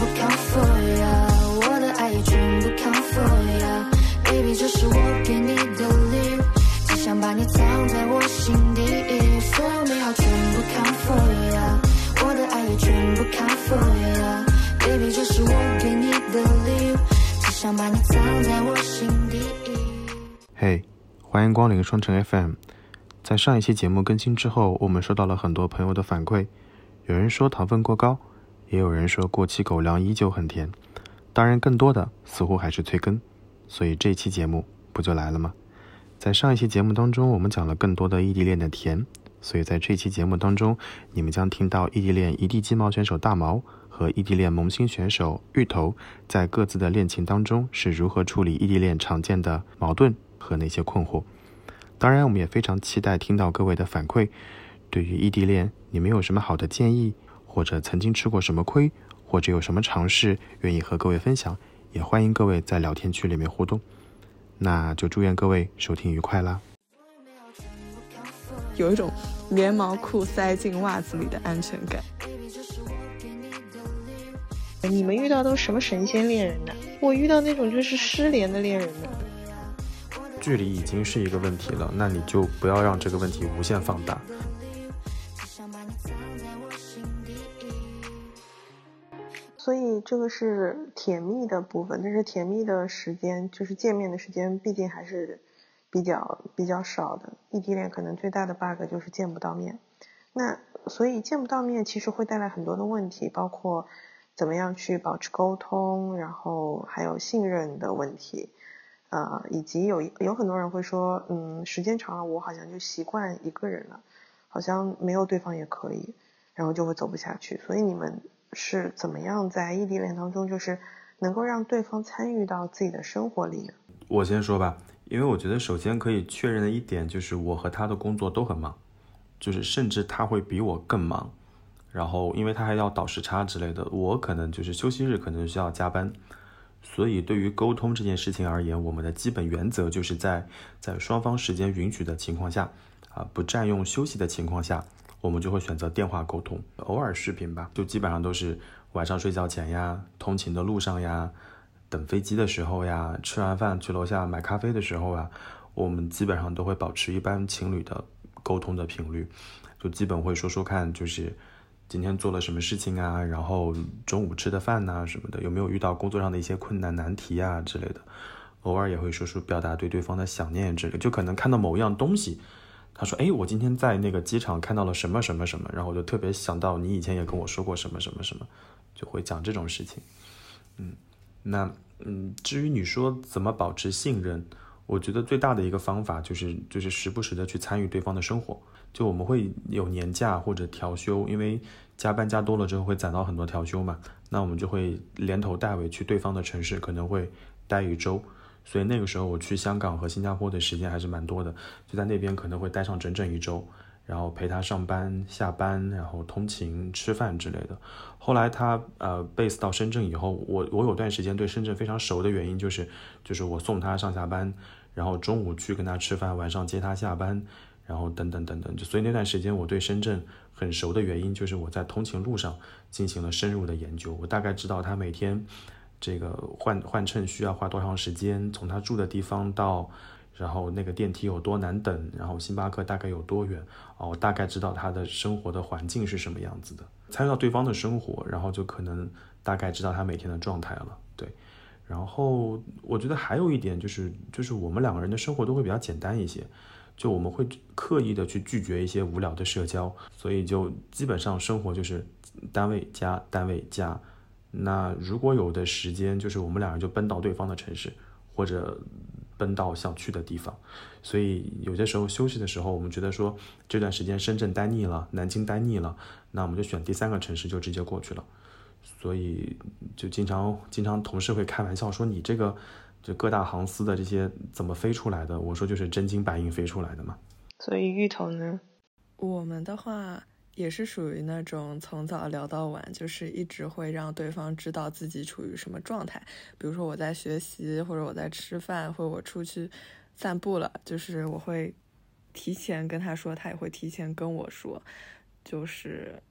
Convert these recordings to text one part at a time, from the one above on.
靠 for ya， 我的爱也全部靠 for ya，Baby 这是我给你的礼物，只想把你藏在我心底，所有美好全部靠 for ya， 我的爱也全部靠 for ya，Baby 这是我给你的礼物，只想把你藏在我心底。 嘿，欢迎光临双城 FM。 在上一期节目更新之后，我们收到了很多朋友的反馈，有人说糖分过高，也有人说过期狗粮依旧很甜，当然更多的似乎还是催更，所以这期节目不就来了吗？在上一期节目当中，我们讲了更多的异地恋的甜，所以在这期节目当中，你们将听到异地恋一地鸡毛选手大毛和异地恋萌新选手芋头在各自的恋情当中是如何处理异地恋常见的矛盾和那些困惑。当然我们也非常期待听到各位的反馈，对于异地恋你们有什么好的建议，或者曾经吃过什么亏，或者有什么尝试愿意和各位分享，也欢迎各位在聊天区里面互动。那就祝愿各位收听愉快啦。 有一种连毛裤塞进袜子里的安全感。 你们遇到都是什么神仙恋人呢？我遇到那种就是失联的恋人呢。 距离已经是一个问题了，那你就不要让这个问题无限放大。 所以这个是甜蜜的部分，但是甜蜜的时间就是见面的时间毕竟还是比较少的。异地恋可能最大的 bug 就是见不到面，那所以见不到面其实会带来很多的问题，包括怎么样去保持沟通，然后还有信任的问题，以及有很多人会说，时间长了我好像就习惯一个人了，好像没有对方也可以，然后就会走不下去。所以你们是怎么样在异地恋当中就是能够让对方参与到自己的生活里呢？ 我先说吧，因为我觉得首先可以确认的一点就是我和他的工作都很忙，就是甚至他会比我更忙，然后因为他还要倒时差之类的，我可能就是休息日可能需要加班，所以对于沟通这件事情而言，我们的基本原则就是在双方时间允许的情况下，不占用休息的情况下，我们就会选择电话沟通，偶尔视频吧，就基本上都是晚上睡觉前呀，通勤的路上呀，等飞机的时候呀，吃完饭去楼下买咖啡的时候啊，我们基本上都会保持一般情侣的沟通的频率，就基本会说说看，就是今天做了什么事情啊，然后中午吃的饭啊什么的，有没有遇到工作上的一些困难难题啊之类的，偶尔也会说说表达对对方的想念之类的，就可能看到某一样东西，他说我今天在那个机场看到了什么什么什么，然后我就特别想到你以前也跟我说过什么什么什么，就会讲这种事情。那至于你说怎么保持信任，我觉得最大的一个方法就是时不时的去参与对方的生活，就我们会有年假或者调休，因为加班加多了之后会攒到很多调休嘛，那我们就会连头带尾去对方的城市，可能会待1周，所以那个时候我去香港和新加坡的时间还是蛮多的，就在那边可能会待上整整1周，然后陪他上班下班，然后通勤吃饭之类的。后来他base 到深圳以后，我有段时间对深圳非常熟的原因就是我送他上下班，然后中午去跟他吃饭，晚上接他下班，然后等等等等，所以那段时间我对深圳很熟的原因就是我在通勤路上进行了深入的研究，我大概知道他每天这个换乘需要花多长时间，从他住的地方到然后那个电梯有多难等，然后星巴克大概有多远，我大概知道他的生活的环境是什么样子的，参与到对方的生活，然后就可能大概知道他每天的状态了。对，然后我觉得还有一点就是我们两个人的生活都会比较简单一些，就我们会刻意的去拒绝一些无聊的社交，所以就基本上生活就是单位加单位加，那如果有的时间就是我们两人就奔到对方的城市，或者奔到想去的地方，所以有些时候休息的时候，我们觉得说这段时间深圳待腻了，南京待腻了，那我们就选第3个城市就直接过去了。所以就经常同事会开玩笑说你这各大航司的这些怎么飞出来的，我说就是真金白银飞出来的嘛。 所以芋头呢？ 我们的话也是属于那种从早聊到晚，就是一直会让对方知道自己处于什么状态，比如说我在学习，或者我在吃饭，或者我出去散步了，就是我会提前跟他说，他也会提前跟我说，就是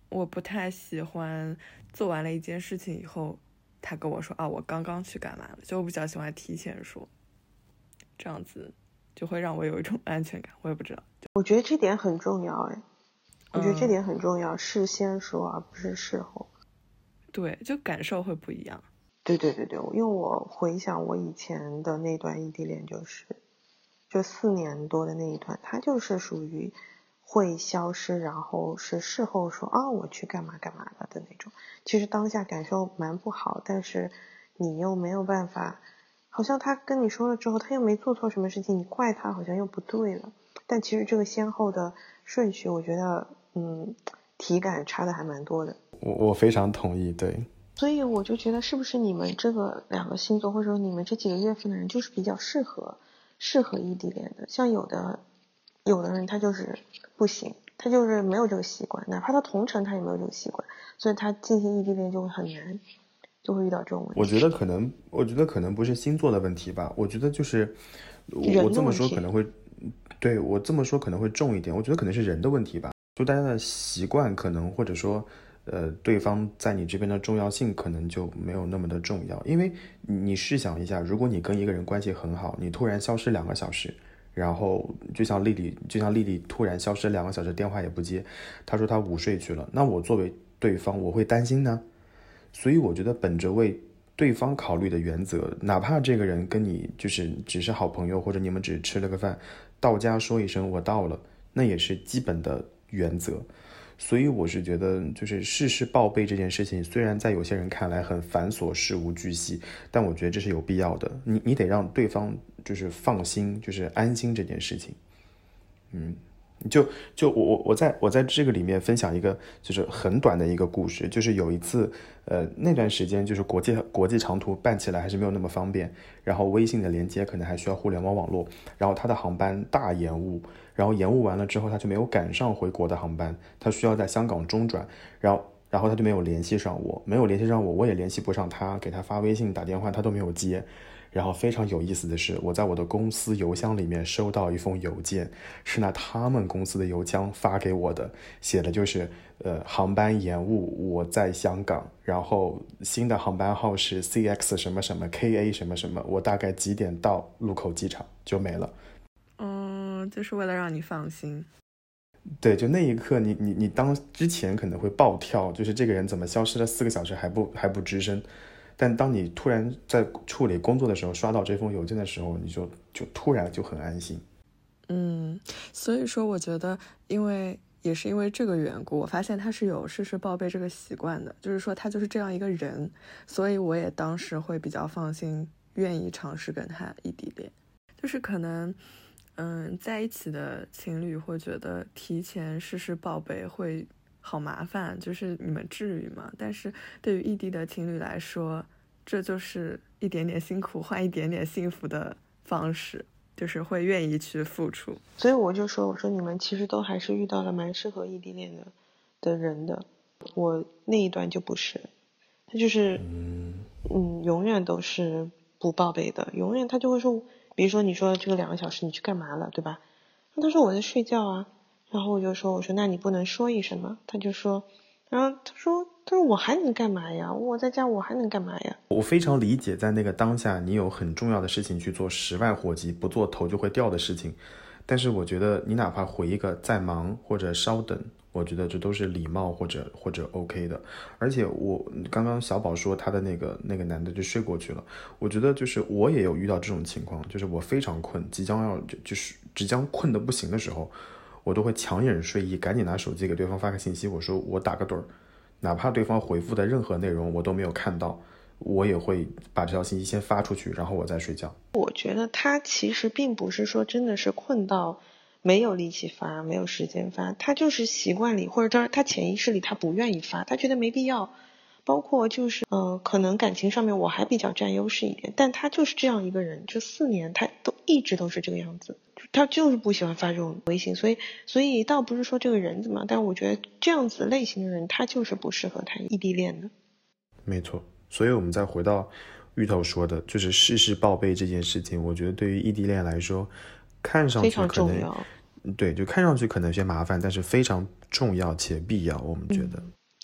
我不太喜欢做完了一件事情以后他跟我说啊我刚刚去干嘛了，就我比较喜欢提前说，这样子就会让我有一种安全感。我也不知道， 我觉得这点很重要哎，我觉得这点很重要，事先说而不是事后。 对，就感受会不一样。 对对对对，因为我回想我以前的那段异地恋，就4年多的那一段，它就是属于会消失，然后是事后说啊我去干嘛干嘛了的那种。其实当下感受蛮不好，但是你又没有办法，好像他跟你说了之后，他又没做错什么事情，你怪他好像又不对了。但其实这个先后的顺序，我觉得体感差的还蛮多的。 我非常同意，对。 所以我就觉得是不是你们这个2个星座，或者说你们这几个月份的人，就是比较适合异地恋的。像有的人他就是不行，他就是没有这个习惯，哪怕他同城他也没有这个习惯，所以他进行异地恋就会很难，就会遇到这种问题。 我觉得可能不是星座的问题吧，我觉得就是我这么说可能会，对，我这么说可能会重一点，我觉得可能是人的问题吧，就大家的习惯可能，或者说对方在你这边的重要性可能就没有那么的重要。因为你试想一下，如果你跟一个人关系很好，你突然消失2个小时，然后就像丽丽突然消失2个小时，电话也不接，她说她午睡去了，那我作为对方我会担心呢。所以我觉得本着为对方考虑的原则，哪怕这个人跟你就是只是好朋友，或者你们只吃了个饭，到家说一声我到了，那也是基本的原则。所以我是觉得就是事事报备这件事情，虽然在有些人看来很繁琐事无巨细，但我觉得这是有必要的。你得让对方就是放心，就是安心这件事情。我在这个里面分享一个就是很短的一个故事，就是有一次那段时间就是国际长途办起来还是没有那么方便，然后微信的连接可能还需要互联网网络，然后他的航班大延误，然后延误完了之后他就没有赶上回国的航班，他需要在香港中转，然后他就没有联系上我，我也联系不上他，给他发微信打电话他都没有接。然后非常有意思的是，我在我的公司邮箱里面收到一封邮件，是拿他们公司的邮箱发给我的，写的就是航班延误，我在香港，然后新的航班号是 CX 什么什么 KA 什么什么，我大概几点到禄口机场，就没了。 就是为了让你放心。 对，就那一刻你当之前可能会暴跳，就是这个人怎么消失了4个小时还不吱声，但当你突然在处理工作的时候刷到这封邮件的时候，你就突然就很安心。 所以说我觉得也是因为这个缘故，我发现他是有事事报备这个习惯的，就是说他就是这样一个人，所以我也当时会比较放心，愿意尝试跟他异地恋。就是可能在一起的情侣会觉得提前事事报备会好麻烦，就是你们至于吗？但是对于异地的情侣来说，这就是一点点辛苦换一点点幸福的方式，就是会愿意去付出。 所以我说你们其实都还是遇到了蛮适合异地恋的人的。我那一段就不是，他就是永远都是不报备的，永远他就会说，比如说你说这个2个小时你去干嘛了，对吧？他说我在睡觉啊，然后我说那你不能说一声吗？他就说，然后他说我还能干嘛呀？我在家我还能干嘛呀？ 我非常理解在那个当下你有很重要的事情去做10万火急，不做头就会掉的事情，但是我觉得你哪怕回一个在忙或者稍等，我觉得这都是礼貌或者 OK 的。而且我刚刚小宝说他的那个男的就睡过去了，我觉得就是我也有遇到这种情况，就是我非常困，即将困得不行的时候，我都会强忍睡意，赶紧拿手机给对方发个信息，我说我打个盹儿，哪怕对方回复的任何内容我都没有看到，我也会把这条信息先发出去，然后我再睡觉。 我觉得他其实并不是说真的是困到没有力气发，没有时间发，他就是习惯里或者他潜意识里他不愿意发，他觉得没必要。包括就是可能感情上面我还比较占优势一点，但他就是这样一个人，这4年他一直都是这个样子，他就是不喜欢发这种微信，所以倒不是说这个人怎么，但我觉得这样子类型的人他就是不适合谈异地恋的。 没错，所以我们再回到芋头说的，就是事事报备这件事情，我觉得对于异地恋来说，看上去可能非常重要， 对，就看上去可能有些麻烦，但是非常重要且必要，我们觉得。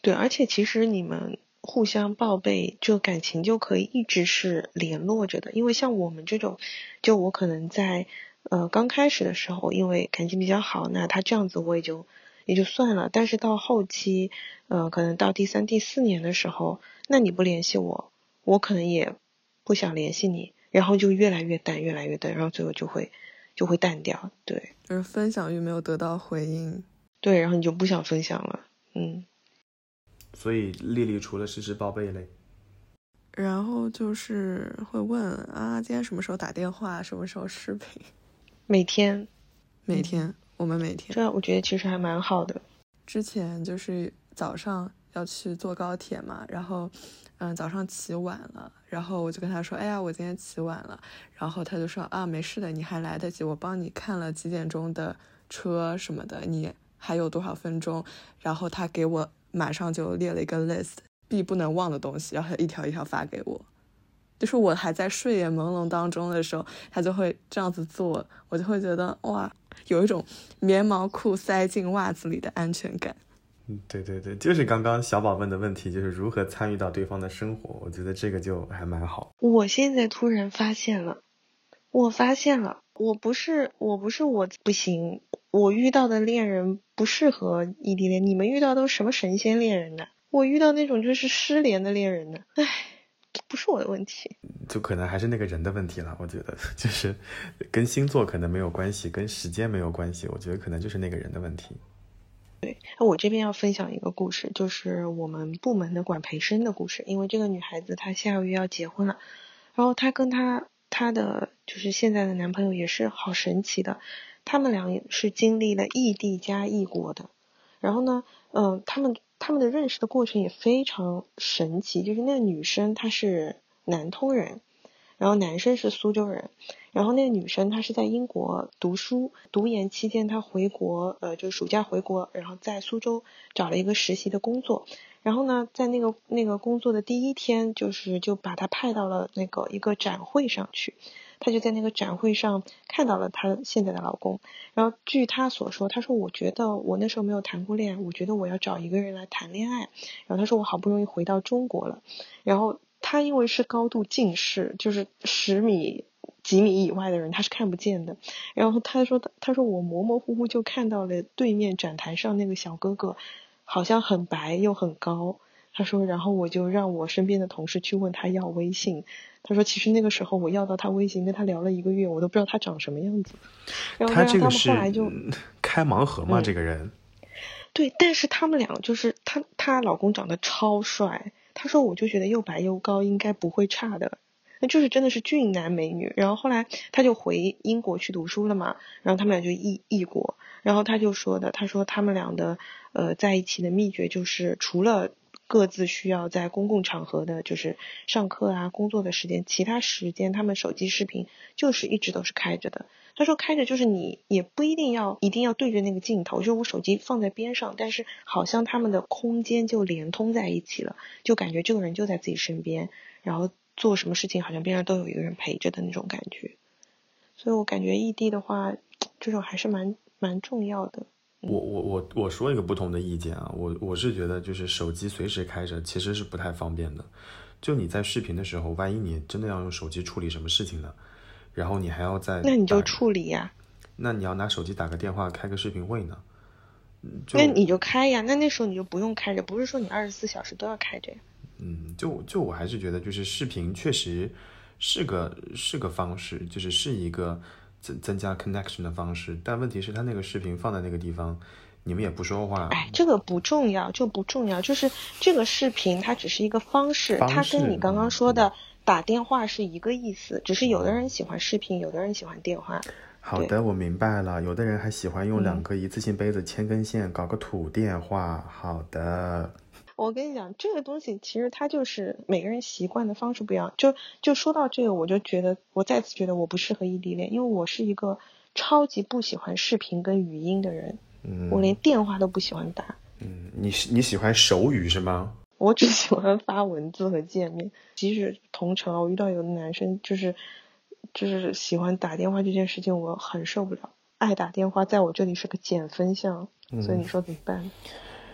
对，而且其实你们互相报备，就感情就可以一直是联络着的。因为像我们这种，就我可能在刚开始的时候，因为感情比较好，那他这样子我也就算了。但是到后期，可能到第3、第4年的时候，那你不联系我，我可能也不想联系你，然后就越来越淡，越来越淡，然后最后就会淡掉。对， 就是分享欲没有得到回应。 对，然后你就不想分享了。 所以丽丽除了时时报备嘞， 然后就是会问啊，今天什么时候打电话，什么时候视频。 每天我们每天， 这我觉得其实还蛮好的。 之前就是早上要去坐高铁嘛，然后早上起晚了，然后我就跟他说，哎呀，我今天起晚了，然后他就说啊，没事的，你还来得及，我帮你看了几点钟的车什么的，你还有多少分钟，然后他给我马上就列了一个 list 必不能忘的东西，然后他一条一条发给我，就是我还在睡眼朦胧当中的时候，他就会这样子做，我就会觉得哇，有一种棉毛裤塞进袜子里的安全感。 对对对，就是刚刚小宝问的问题，就是如何参与到对方的生活，我觉得这个就还蛮好。 我现在突然发现了，我不是我不行，我遇到的恋人不适合异地恋，你们遇到都什么神仙恋人呢？我遇到那种就是失联的恋人呢，唉，不是我的问题， 就可能还是那个人的问题了，我觉得就是跟星座可能没有关系，跟时间没有关系，我觉得可能就是那个人的问题。 对，我这边要分享一个故事，就是我们部门的管培生的故事。因为这个女孩子她下个月要结婚了，然后她跟她的就是现在的男朋友也是好神奇的，他们俩也是经历了异地加异国的。然后呢，他们的认识的过程也非常神奇，就是那个女生她是南通人，然后男生是苏州人，然后那个女生她是在英国读书，读研期间她回国，就是暑假回国，然后在苏州找了一个实习的工作，然后呢，在那个工作的第一天，就把她派到了那个一个展会上去，她就在那个展会上看到了她现在的老公，然后据她所说，她说我觉得我那时候没有谈过恋爱，我觉得我要找一个人来谈恋爱，然后她说我好不容易回到中国了，然后他因为是高度近视，就是10米几米以外的人他是看不见的，然后他说我模模糊糊就看到了对面展台上那个小哥哥好像很白又很高，他说然后我就让我身边的同事去问他要微信，他说其实那个时候我要到他微信跟他聊了1个月，我都不知道他长什么样子，然后他这个是他们后来就开盲盒吗？这个人对，但是他们俩就是她老公长得超帅，她说我就觉得又白又高应该不会差的，那就是真的是俊男美女。然后后来她就回英国去读书了嘛，然后他们俩就异国，然后她就说的，她说他们俩的在一起的秘诀就是除了各自需要在公共场合的就是上课啊工作的时间，其他时间他们手机视频就是一直都是开着的。他说开着就是你也不一定要对着那个镜头，就是我手机放在边上，但是好像他们的空间就连通在一起了，就感觉这个人就在自己身边，然后做什么事情好像边上都有一个人陪着的那种感觉。所以我感觉异地的话这种还是蛮重要的。 我说一个不同的意见啊，我是觉得就是手机随时开着其实是不太方便的，就你在视频的时候，万一你真的要用手机处理什么事情呢，然后你还要再那你就处理呀， 那你要拿手机打个电话开个视频会呢， 那你就开呀，那时候你就不用开着，不是说你24小时都要开着呀。 就我还是觉得就是视频确实是个方式，就是是一个增加 connection 的方式，但问题是他那个视频放在那个地方，你们也不说话。 这个不重要，就是这个视频它只是一个方式，它跟你刚刚说的打电话是一个意思，只是有的人喜欢视频，有的人喜欢电话。 好的，我明白了，有的人还喜欢用2个一次性杯子牵根线搞个土电话。好的， 我跟你讲，这个东西其实它就是每个人习惯的方式不一样。就说到这个，我就觉得我再次觉得我不适合异地恋，因为我是一个超级不喜欢视频跟语音的人，我连电话都不喜欢打。 你喜欢手语是吗？ 我只喜欢发文字和见面。即使同城，我遇到有的男生就是喜欢打电话这件事情，我很受不了。爱打电话在我这里是个减分项，所以你说怎么办？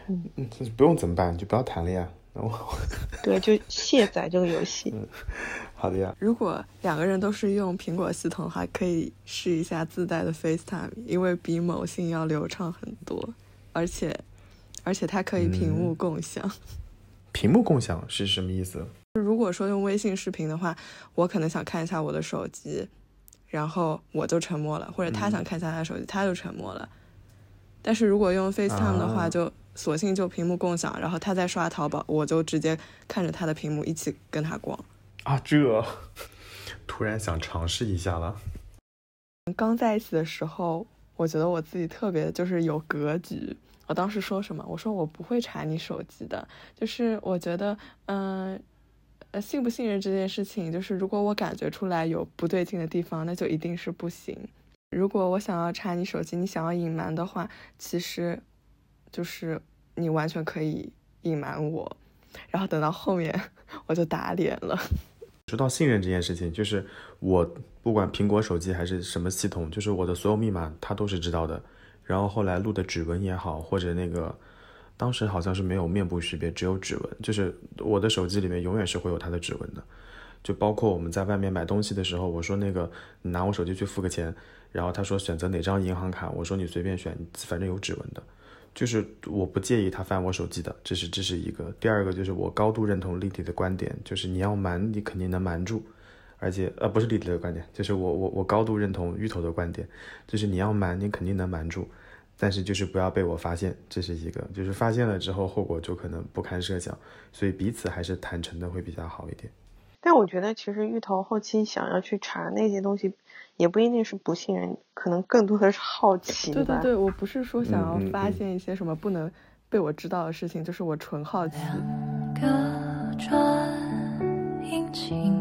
不用怎么办？就不要谈了呀。 对，就卸载这个游戏。 好的呀。 如果2个人都是用苹果系统的话，可以试一下自带的 FaceTime， 因为比某信要流畅很多，而且它可以屏幕共享。 屏幕共享是什么意思？ 如果说用微信视频的话，我可能想看一下我的手机，然后我就沉默了，或者他想看一下他的手机，他就沉默了。但是如果用 FaceTime 的话，就索性就屏幕共享，然后他在刷淘宝，我就直接看着他的屏幕一起跟他逛。 这突然想尝试一下了。 刚在一起的时候，我觉得我自己特别就是有格局。我当时说什么？我说我不会查你手机的，就是我觉得信不信任这件事情，就是如果我感觉出来有不对劲的地方，那就一定是不行。如果我想要查你手机，你想要隐瞒的话，其实就是你完全可以隐瞒我，然后等到后面我就打脸了。 说到信任这件事情，就是我不管苹果手机还是什么系统，就是我的所有密码他都是知道的。然后后来录的指纹也好，或者那个当时好像是没有面部识别，只有指纹，就是我的手机里面永远是会有他的指纹的。就包括我们在外面买东西的时候，我说那个你拿我手机去付个钱，然后他说选择哪张银行卡，我说你随便选，反正有指纹的。就是我不介意他翻我手机的，这是一个。第二个就是我高度认同丽丽的观点，就是你要瞒你肯定能瞒住，而且不是丽丽的观点，就是我高度认同芋头的观点，就是你要瞒你肯定能瞒住，但是就是不要被我发现，这是一个。就是发现了之后后果就可能不堪设想，所以彼此还是坦诚的会比较好一点。 但我觉得其实芋头后期想要去查那些东西，也不一定是不信任，可能更多的是好奇吧。 对，我不是说想要发现一些什么不能被我知道的事情，就是我纯好奇。 两个转引擎，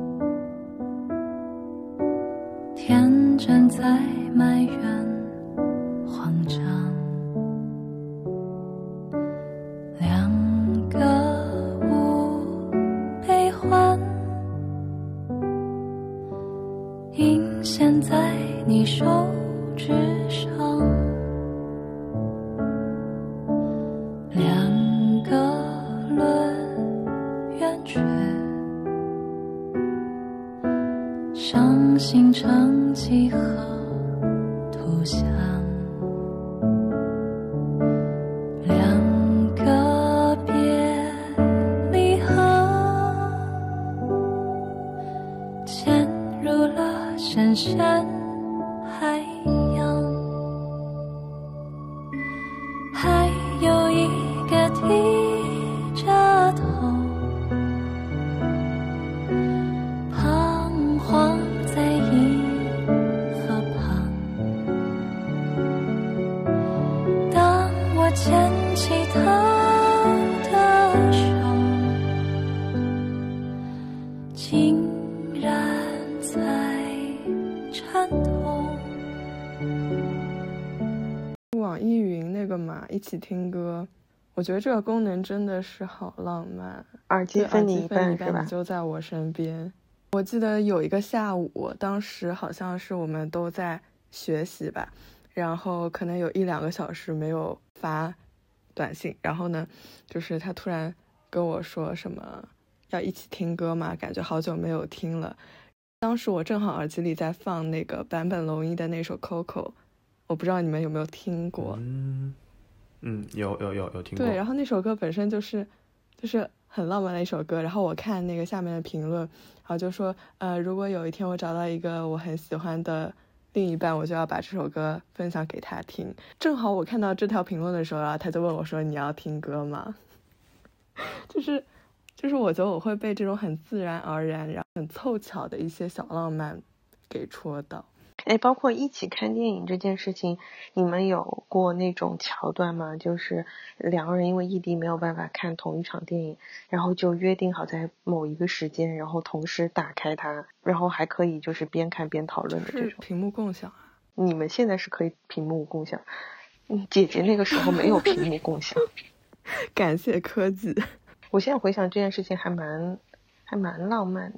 天真在埋怨慌张，两个无悲欢，映现在你手指上，两个轮圆缺，伤心成几何图像，两个别离合，潜入了深深海洋，还有一个低着头彷徨在银河旁，当我牵起他的手，竟然在颤抖。 网易云那个嘛，一起听歌，我觉得这个功能真的是好浪漫。 耳机分你一半是吧？ 你就在我身边。我记得有一个下午，当时好像是我们都在学习吧，然后可能有1-2个小时没有发短信，然后呢，就是他突然跟我说什么要一起听歌嘛，感觉好久没有听了。当时我正好耳机里在放那个坂本龙一的那首 Coco， 我不知道你们有没有听过。 有听过。 对，然后那首歌本身就是很浪漫的一首歌，然后我看那个下面的评论，然后就说如果有一天我找到一个我很喜欢的另一半，我就要把这首歌分享给他听。正好我看到这条评论的时候，然后他就问我说你要听歌吗？就是我觉得我会被这种很自然而然然后很凑巧的一些小浪漫给戳到。 包括一起看电影这件事情，你们有过那种桥段吗？就是2个人因为异地没有办法看同一场电影，然后就约定好在某一个时间，然后同时打开它，然后还可以就是边看边讨论的这种。 是屏幕共享啊？ 你们现在是可以屏幕共享，姐姐那个时候没有屏幕共享。 感谢科技。 我现在回想这件事情还蛮浪漫的。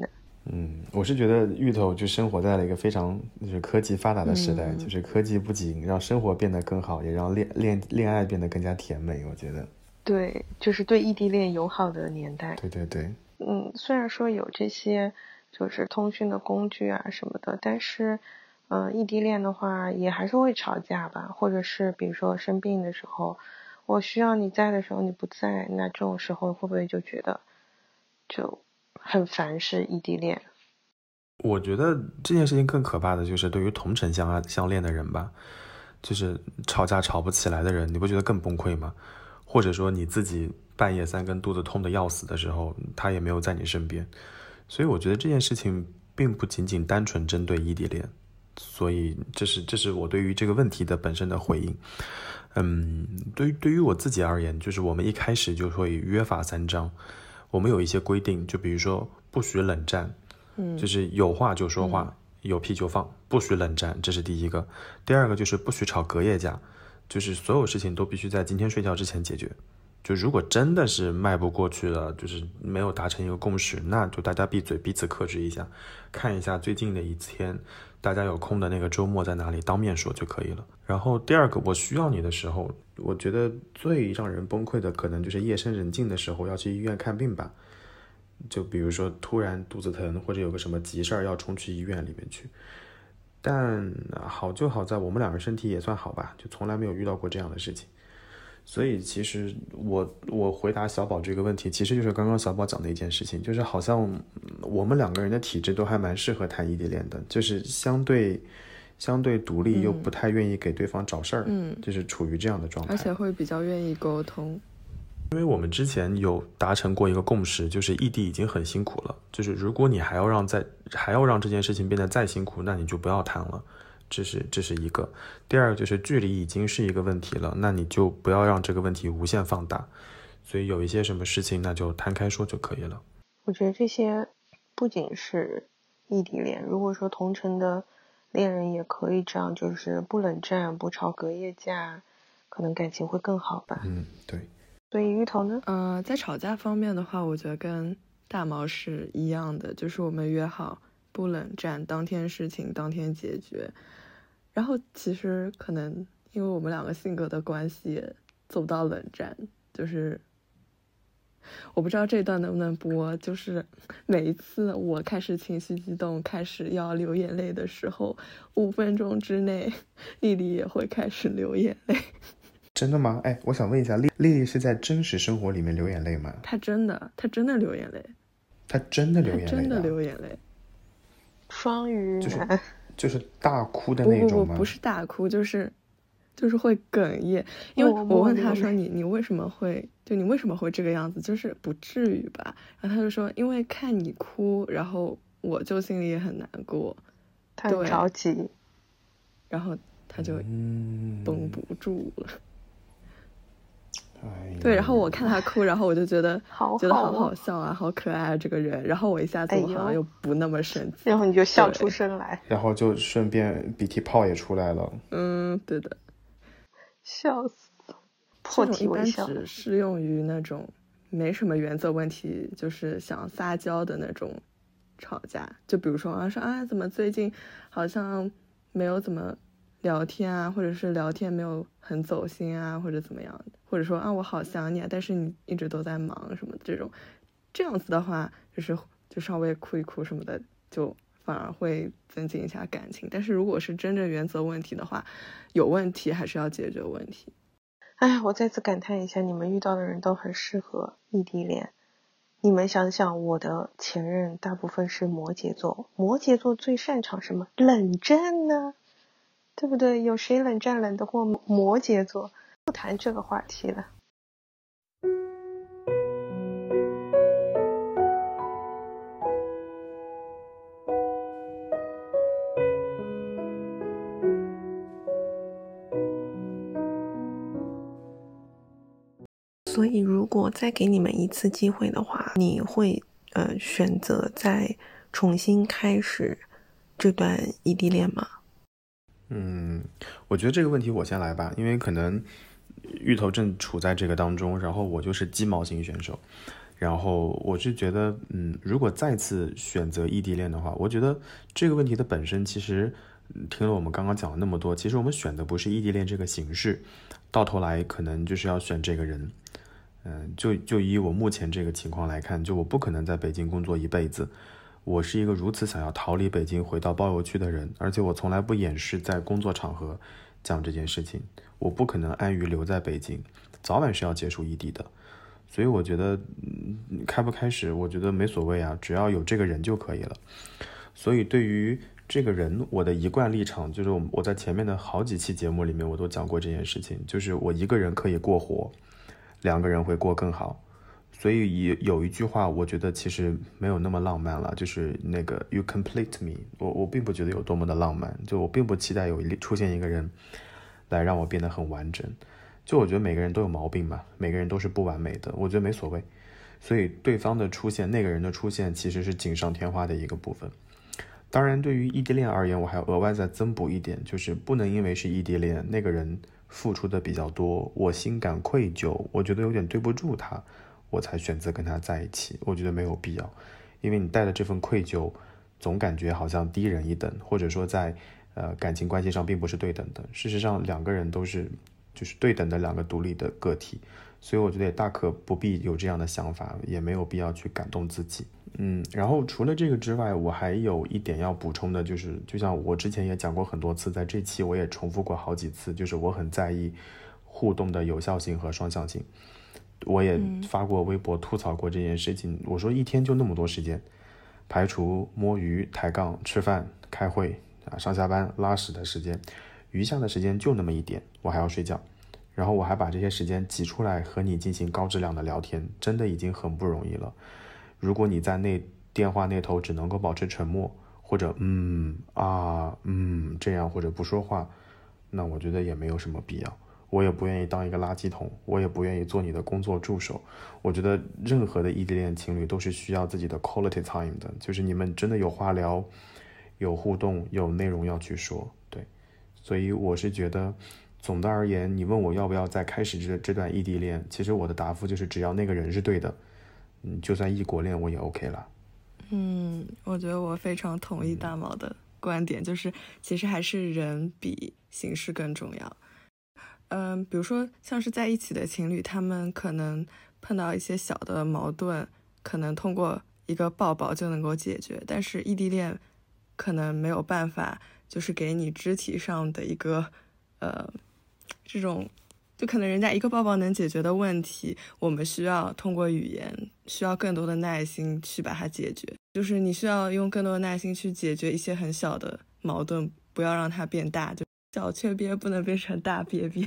我是觉得芋头就生活在了一个非常就是科技发达的时代，就是科技不仅让生活变得更好，也让恋爱变得更加甜美，我觉得。 对，就是对异地恋友好的年代。 对对对。 虽然说有这些就是通讯的工具啊什么的，但是异地恋的话也还是会吵架吧，或者是比如说生病的时候，我需要你在的时候你不在，那这种时候会不会就觉得就很烦是异地恋？ 我觉得这件事情更可怕的就是对于同城相恋的人吧，就是吵架吵不起来的人，你不觉得更崩溃吗？或者说你自己半夜3更肚子痛的要死的时候，他也没有在你身边，所以我觉得这件事情并不仅仅单纯针对异地恋，所以这是我对于这个问题的本身的回应。对于我自己而言，就是我们一开始就会约法三章，我们有一些规定，就比如说不许冷战，就是有话就说话，有屁就放，不许冷战，这是第一个。第二个就是不许吵隔夜架，就是所有事情都必须在今天睡觉之前解决。就如果真的是迈不过去了，就是没有达成一个共识，那就大家闭嘴，彼此克制一下，看一下最近的一天大家有空的那个周末在哪里，当面说就可以了。然后第二个，我需要你的时候，我觉得最让人崩溃的可能就是夜深人静的时候要去医院看病吧，就比如说突然肚子疼，或者有个什么急事儿要冲去医院里面去。但好就好在我们两个身体也算好吧，就从来没有遇到过这样的事情。所以其实我回答小宝这个问题，其实就是刚刚小宝讲的一件事情，就是好像我们两个人的体质都还蛮适合谈异地恋的，就是相对独立又不太愿意给对方找事儿，就是处于这样的状态， 而且会比较愿意沟通。 因为我们之前有达成过一个共识，就是异地已经很辛苦了，就是如果你还要让这件事情变得再辛苦，那你就不要谈了。这是一个。第二个就是距离已经是一个问题了，那你就不要让这个问题无限放大。所以有一些什么事情那就摊开说就可以了。 我觉得这些不仅是异地恋，如果说同城的恋人也可以这样，就是不冷战，不吵隔夜架，可能感情会更好吧。 对。 所以芋头呢？ 在吵架方面的话，我觉得跟大毛是一样的，就是我们约好不冷战，当天事情当天解决。然后其实可能因为我们两个性格的关系也做不到冷战，就是我不知道这段能不能播，就是每一次我开始情绪激动，开始要流眼泪的时候，5分钟之内丽丽也会开始流眼泪。 真的吗？哎，我想问一下，丽丽是在真实生活里面流眼泪吗？ 她真的流眼泪。 她真的流眼泪？ 真的流眼泪。 双鱼男。 就是大哭的那种吗？ 不是大哭，就是会哽咽。因为我问他说你为什么会这个样子，就是不至于吧。然后他就说因为看你哭，然后我就心里也很难过， 他很着急， 然后他就绷不住了。对，然后我看他哭，然后我就觉得好好笑啊，好可爱啊这个人。然后我一下子我好像又不那么生气， 然后你就笑出声来， 然后就顺便鼻涕泡也出来了。 对的， 笑死了，破涕为笑。 这种一般只适用于那种没什么原则问题，就是想撒娇的那种吵架。就比如说怎么最近好像没有怎么聊天啊，或者是聊天没有很走心啊，或者怎么样的，或者说我好想你啊，但是你一直都在忙什么的，这样子的话，就稍微哭一哭什么的，就反而会增进一下感情。但是如果是真正原则问题的话，有问题还是要解决问题。 我再次感叹一下，你们遇到的人都很适合异地恋。你们想想，我的前任大部分是摩羯座，摩羯座最擅长什么？冷战呢，对不对？有谁冷战冷得过摩羯座？不谈这个话题了。所以如果再给你们一次机会的话，你会选择再重新开始这段异地恋吗？ 我觉得这个问题我先来吧，因为可能芋头正处在这个当中，然后我就是鸡毛型选手。 然后我是觉得，如果再次选择异地恋的话，我觉得这个问题的本身其实，听了我们刚刚讲了那么多，其实我们选的不是异地恋这个形式，到头来可能就是要选这个人。就以我目前这个情况来看，就我不可能在北京工作一辈子。我是一个如此想要逃离北京回到包邮区的人，而且我从来不掩饰在工作场合讲这件事情，我不可能安于留在北京，早晚是要结束异地的。所以我觉得开不开始我觉得没所谓啊，只要有这个人就可以了。所以对于这个人，我的一贯立场就是我在前面的好几期节目里面我都讲过这件事情，就是我一个人可以过活，2个人会过更好。所以有一句话我觉得其实没有那么浪漫了，就是那个 you complete me， 我并不觉得有多么的浪漫，就我并不期待出现一个人来让我变得很完整。就我觉得每个人都有毛病嘛，每个人都是不完美的，我觉得没所谓。所以对方的出现，那个人的出现其实是锦上添花的一个部分。当然对于异地恋而言，我还要额外再增补一点，就是不能因为是异地恋，那个人付出的比较多，我心感愧疚，我觉得有点对不住他，我才选择跟他在一起。我觉得没有必要，因为你带的这份愧疚总感觉好像低人一等，或者说在感情关系上并不是对等的。事实上2个人都是就是对等的2个独立的个体，所以我觉得也大可不必有这样的想法，也没有必要去感动自己。然后除了这个之外，我还有一点要补充的，就是就像我之前也讲过很多次，在这期我也重复过好几次，就是我很在意互动的有效性和双向性。我也发过微博吐槽过这件事情，我说一天就那么多时间，排除摸鱼、抬杠、吃饭、开会上下班、拉屎的时间，余下的时间就那么一点，我还要睡觉，然后我还把这些时间挤出来和你进行高质量的聊天，真的已经很不容易了。如果你在电话那头只能够保持沉默，或者这样，或者不说话，那我觉得也没有什么必要。我也不愿意当一个垃圾桶，我也不愿意做你的工作助手。我觉得任何的异地恋情侣都是需要自己的 quality time 的，就是你们真的有话聊，有互动，有内容要去说。对，所以我是觉得总的而言，你问我要不要再开始这段异地恋，其实我的答复就是只要那个人是对的，就算异国恋我也 OK 了。 我觉得我非常同意大毛的观点，就是其实还是人比形式更重要。比如说像是在一起的情侣，他们可能碰到一些小的矛盾，可能通过一个抱抱就能够解决，但是异地恋可能没有办法就是给你肢体上的一个这种，就可能人家一个抱抱能解决的问题，我们需要通过语言，需要更多的耐心去把它解决，就是你需要用更多的耐心去解决一些很小的矛盾，不要让它变大，就小雀憋不能变成大憋憋。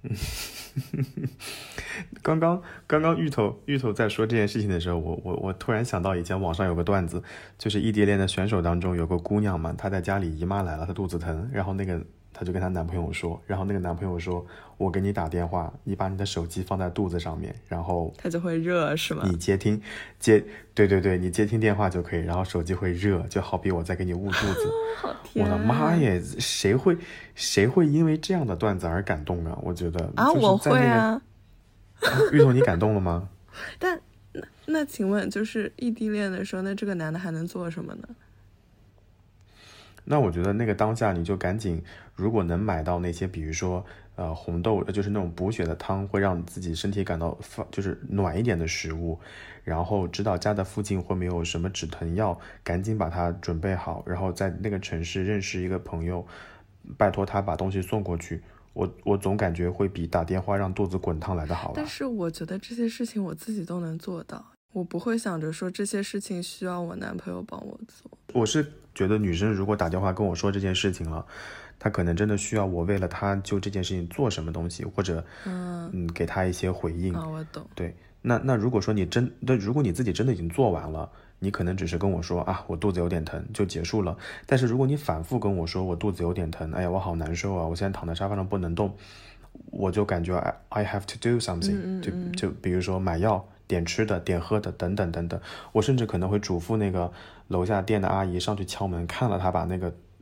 刚刚芋头在说这件事情的时候，我突然想到以前网上有个段子，就是异地恋的选手当中有个姑娘嘛，她在家里姨妈来了，她肚子疼，然后她就跟她男朋友说，然后那个男朋友说，我给你打电话，你把你的手机放在肚子上面，然后它就会热是吗？ 你对，你接听电话就可以，然后手机会热，就好比我在给你捂肚子。 好甜啊！ 我的妈耶，谁会因为这样的段子而感动啊？我觉得我会啊。 芋头，你感动了吗？ 但那请问，就是异地恋的时候，那这个男的还能做什么呢？ 那我觉得那个当下你就赶紧，如果能买到那些比如说红豆，就是那种补血的汤，会让自己身体感到就是暖一点的食物，然后知道家的附近会没有什么止疼药，赶紧把它准备好，然后在那个城市认识一个朋友，拜托他把东西送过去，我总感觉会比打电话让肚子滚烫来的好。 但是我觉得这些事情我自己都能做到，我不会想着说这些事情需要我男朋友帮我做。我是觉得女生如果打电话跟我说这件事情了，她可能真的需要我为了她就这件事情做什么东西，或者给她一些回应。 我懂。 对，那如果说如果你自己真的已经做完了，你可能只是跟我说我肚子有点疼就结束了。但是如果你反复跟我说我肚子有点疼，哎呀我好难受啊，我现在躺在沙发上不能动，我就感觉 I have to do something，就比如说买药、点吃的、点喝的等等等等。我甚至可能会嘱咐那个楼下店的阿姨上去敲门，看了她把那个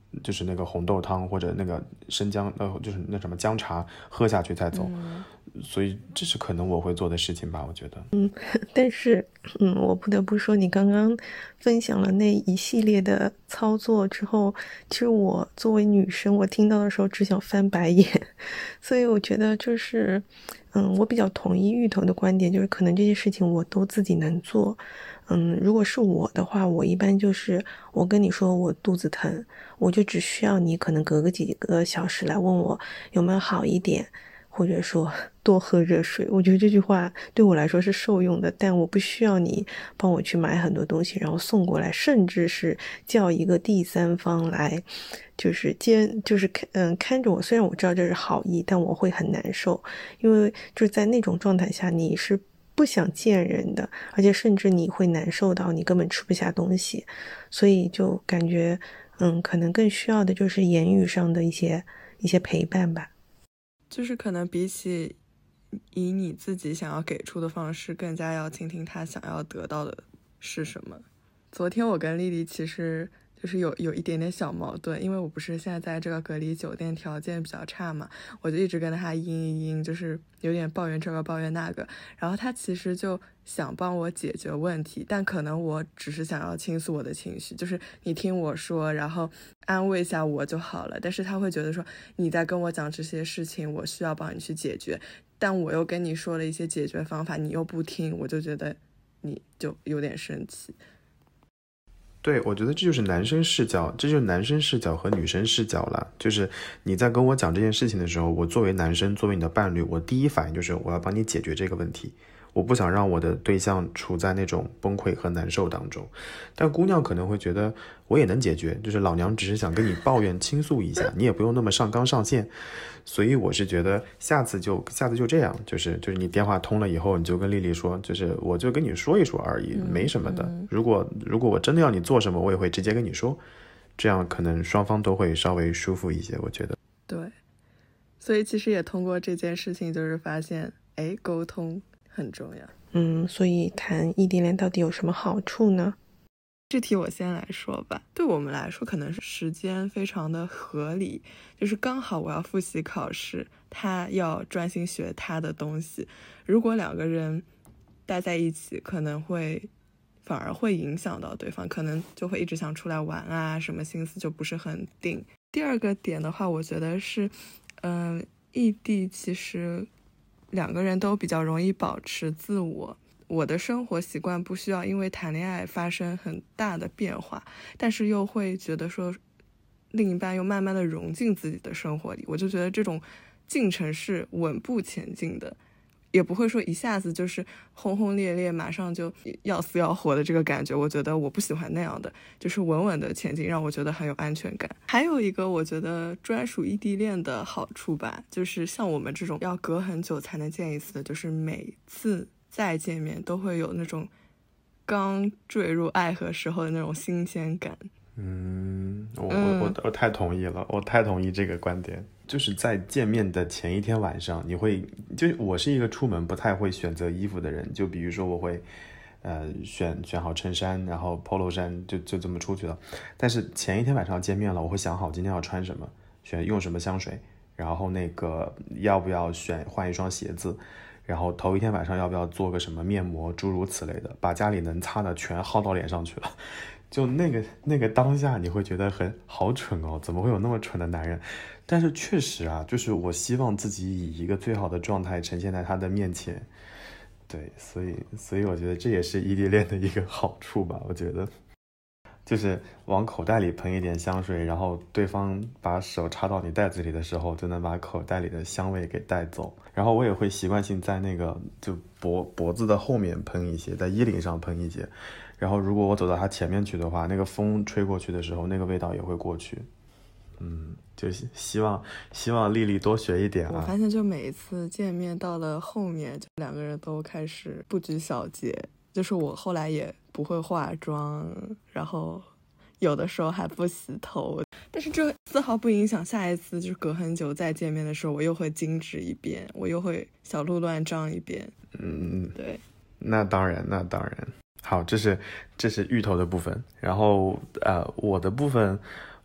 就是那个红豆汤或者那个生姜就是那什么姜茶喝下去再走，所以这是可能我会做的事情吧，我觉得。 但是我不得不说，你刚刚分享了那一系列的操作之后，其实我作为女生，我听到的时候只想翻白眼。所以我觉得就是我比较同意芋头的观点，就是可能这些事情我都自己能做。如果是我的话，我一般就是我跟你说我肚子疼，我就只需要你可能隔个几个小时来问我有没有好一点，或者说多喝热水。我觉得这句话对我来说是受用的，但我不需要你帮我去买很多东西然后送过来，甚至是叫一个第三方来就是看着我。虽然我知道这是好意，但我会很难受，因为就是在那种状态下你是不想见人的，而且甚至你会难受到你根本吃不下东西。所以就感觉可能更需要的就是言语上的一些陪伴吧。 就是可能比起以你自己想要给出的方式，更加要倾听他想要得到的是什么。昨天我跟丽丽其实就是有一点点小矛盾，因为我不是现在在这个隔离酒店条件比较差嘛，我就一直跟他阴，就是有点抱怨这个抱怨那个，然后他其实就想帮我解决问题，但可能我只是想要倾诉我的情绪，就是你听我说然后安慰一下我就好了，但是他会觉得说你在跟我讲这些事情，我需要帮你去解决，但我又跟你说了一些解决方法，你又不听，我就觉得你就有点生气。 对，我觉得这就是男生视角，这就是男生视角和女生视角了。就是你在跟我讲这件事情的时候，我作为男生，作为你的伴侣，我第一反应就是我要帮你解决这个问题，我不想让我的对象处在那种崩溃和难受当中。但姑娘可能会觉得我也能解决，就是老娘只是想跟你抱怨倾诉一下，你也不用那么上纲上线。所以我是觉得下次就这样，就是你电话通了以后，你就跟丽丽说，就是我就跟你说一说而已，没什么的。如果我真的要你做什么，我也会直接跟你说，这样可能双方都会稍微舒服一些，我觉得。 对，所以其实也通过这件事情，就是发现，沟通很重要。 所以谈异地恋到底有什么好处呢？ 这题我先来说吧。对我们来说，可能是时间非常的合理，就是刚好我要复习考试，他要专心学他的东西。如果两个人待在一起，可能反而会影响到对方，可能就会一直想出来玩啊，什么心思就不是很定。第二个点的话，我觉得是异地其实两个人都比较容易保持自我，我的生活习惯不需要因为谈恋爱发生很大的变化，但是又会觉得说另一半又慢慢的融进自己的生活里，我就觉得这种进程是稳步前进的，也不会说一下子就是轰轰烈烈马上就要死要活的这个感觉，我觉得我不喜欢那样的，就是稳稳的前进让我觉得很有安全感。还有一个我觉得专属异地恋的好处吧，就是像我们这种要隔很久才能见一次的，就是每次再见面都会有那种刚坠入爱河时候的那种新鲜感。 我太同意了，我太同意这个观点。就是在见面的前一天晚上，就我是一个出门不太会选择衣服的人，就比如说我会选好衬衫，然后 polo 衫就这么出去了。但是前一天晚上见面了，我会想好今天要穿什么，用什么香水，然后那个要不要换一双鞋子，然后头一天晚上要不要做个什么面膜，诸如此类的，把家里能擦的全薅到脸上去了。就那个当下你会觉得好蠢哦，怎么会有那么蠢的男人？但是确实啊，就是我希望自己以一个最好的状态呈现在他的面前。对，所以我觉得这也是异地恋的一个好处吧，我觉得就是往口袋里喷一点香水，然后对方把手插到你袋子里的时候，就能把口袋里的香味给带走。然后我也会习惯性在那个就脖子的后面喷一些，在衣领上喷一些，然后如果我走到他前面去的话，那个风吹过去的时候，那个味道也会过去。就是希望丽丽多学一点啊。 我发现就每一次见面到了后面，就两个人都开始不拘小节，就是我后来也不会化妆，然后有的时候还不洗头，但是这丝毫不影响下一次就是隔很久再见面的时候，我又会精致一遍，我又会小鹿乱撞一遍。对， 那当然。好，这是芋头的部分。然后我的部分，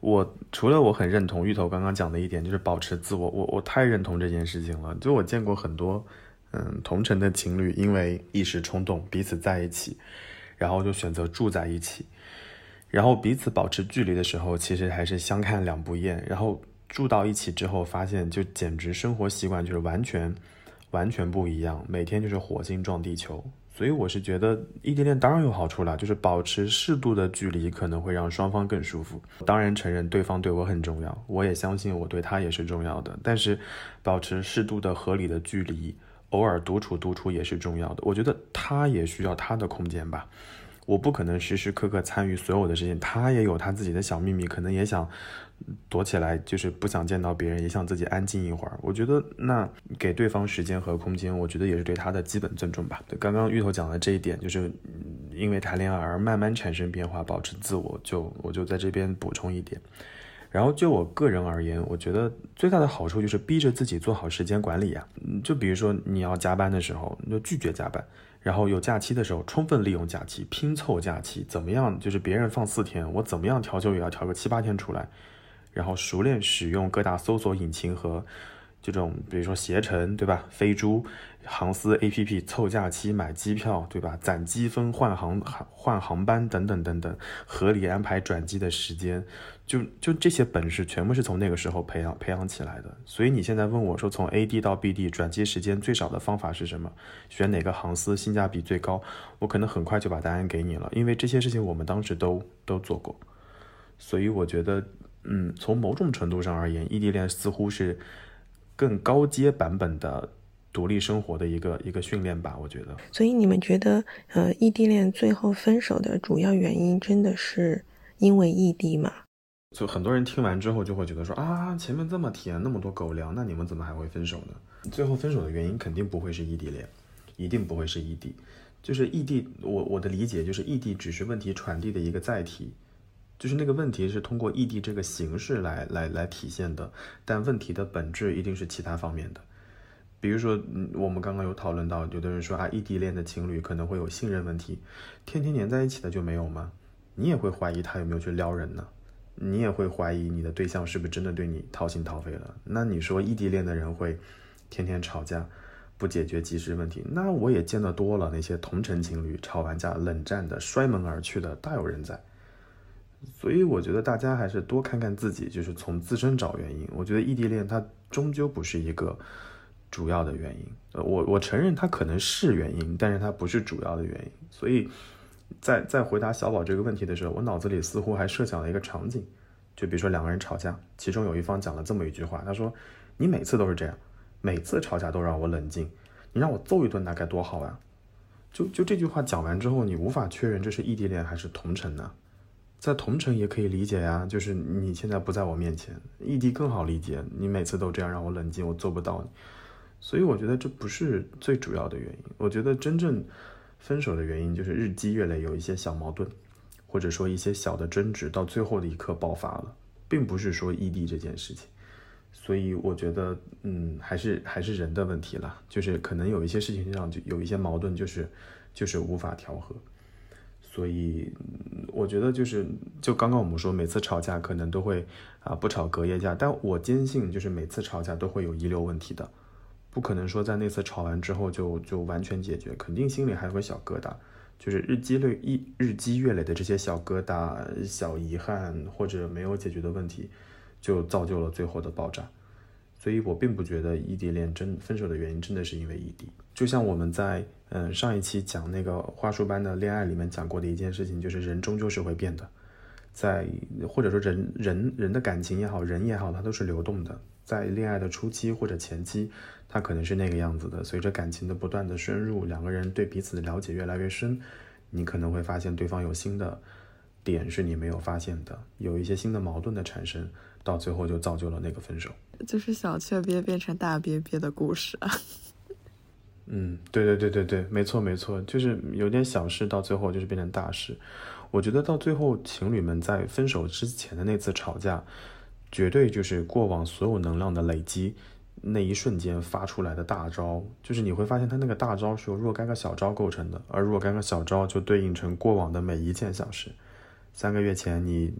我除了我很认同芋头刚刚讲的一点，就是保持自我，我太认同这件事情了。就我见过很多同城的情侣，因为一时冲动彼此在一起，然后就选择住在一起，然后彼此保持距离的时候，其实还是相看两不厌，然后住到一起之后发现，就简直生活习惯就是完全不一样，每天就是火星撞地球。所以我是觉得异地恋当然有好处啦，就是保持适度的距离可能会让双方更舒服。当然承认对方对我很重要，我也相信我对他也是重要的，但是保持适度的合理的距离，偶尔独处也是重要的。我觉得他也需要他的空间吧，我不可能时时刻刻参与所有的事情，他也有他自己的小秘密，可能也想躲起来，就是不想见到别人，也想自己安静一会儿。我觉得那给对方时间和空间，我觉得也是对他的基本尊重吧。刚刚芋头讲的这一点，就是因为谈恋爱而慢慢产生变化，保持自我，我就在这边补充一点。然后就我个人而言，我觉得最大的好处就是逼着自己做好时间管理啊。就比如说你要加班的时候，你就拒绝加班，然后有假期的时候充分利用假期，拼凑假期，怎么样就是别人放4天，我怎么样调休也要调个7-8天出来，然后熟练使用各大搜索引擎和这种比如说携程，对吧，飞猪、航司 APP 凑假期买机票，对吧，攒积分换航班等等等等，合理安排转机的时间，就这些本事全部是从那个时候培养起来的。所以你现在问我说从 A 地到 B 地转机时间最少的方法是什么，选哪个航司性价比最高，我可能很快就把答案给你了，因为这些事情我们当时都做过。所以我觉得从某种程度上而言，异地恋似乎是更高阶版本的独立生活的一个训练吧，我觉得。 所以你们觉得异地恋最后分手的主要原因真的是因为异地吗？ 就很多人听完之后就会觉得说啊，前面这么甜，那么多狗粮，那你们怎么还会分手呢？最后分手的原因肯定不会是异地恋，一定不会是异地。就是异地，我的理解就是异地只是问题传递的一个载体，就是那个问题是通过异地这个形式来体现的，但问题的本质一定是其他方面的。比如说我们刚刚有讨论到，有的人说啊，异地恋的情侣可能会有信任问题，天天黏在一起的就没有吗？你也会怀疑他有没有去撩人呢，你也会怀疑你的对象是不是真的对你掏心掏肺了。那你说异地恋的人会天天吵架，不解决及时问题，那我也见得多了，那些同城情侣吵完架冷战的，摔门而去的大有人在。所以我觉得大家还是多看看自己，就是从自身找原因。我觉得异地恋它终究不是一个主要的原因，我承认它可能是原因，但是它不是主要的原因。所以在回答小宝这个问题的时候，我脑子里似乎还设想了一个场景，就比如说两个人吵架，其中有一方讲了这么一句话，他说你每次都是这样，每次吵架都让我冷静，你让我揍一顿那该多好啊。就这句话讲完之后，你无法确认这是异地恋还是同城呢？在同城也可以理解呀，就是你现在不在我面前，异地更好理解，你每次都这样让我冷静，我做不到你。所以我觉得这不是最主要的原因，我觉得真正分手的原因就是日积月累有一些小矛盾，或者说一些小的争执到最后的一刻爆发了，并不是说异地这件事情。所以我觉得还是人的问题啦，就是可能有一些事情上就有一些矛盾，就是无法调和。所以我觉得就刚刚我们说每次吵架可能都会不吵隔夜架，但我坚信就是每次吵架都会有遗留问题的，不可能说在那次吵完之后就完全解决，肯定心里还有个小疙瘩，就是日积月累的这些小疙瘩、小遗憾或者没有解决的问题，就造就了最后的爆炸。所以我并不觉得异地恋分手的原因真的是因为异地。就像我们在上一期讲那个花束般的恋爱里面讲过的一件事情，就是人终究是会变的，或者说人的感情也好，人也好，它都是流动的。在恋爱的初期或者前期，它可能是那个样子的，随着感情的不断的深入，两个人对彼此的了解越来越深，你可能会发现对方有新的点是你没有发现的，有一些新的矛盾的产生，到最后就造就了那个分手。 就是小雀鳖变成大鳖鳖的故事啊。 对，没错，就是有点小事到最后就是变成大事。我觉得到最后情侣们在分手之前的那次吵架，绝对就是过往所有能量的累积，那一瞬间发出来的大招，就是你会发现它那个大招是由若干个小招构成的，而若干个小招就对应成过往的每一件小事。3个月前你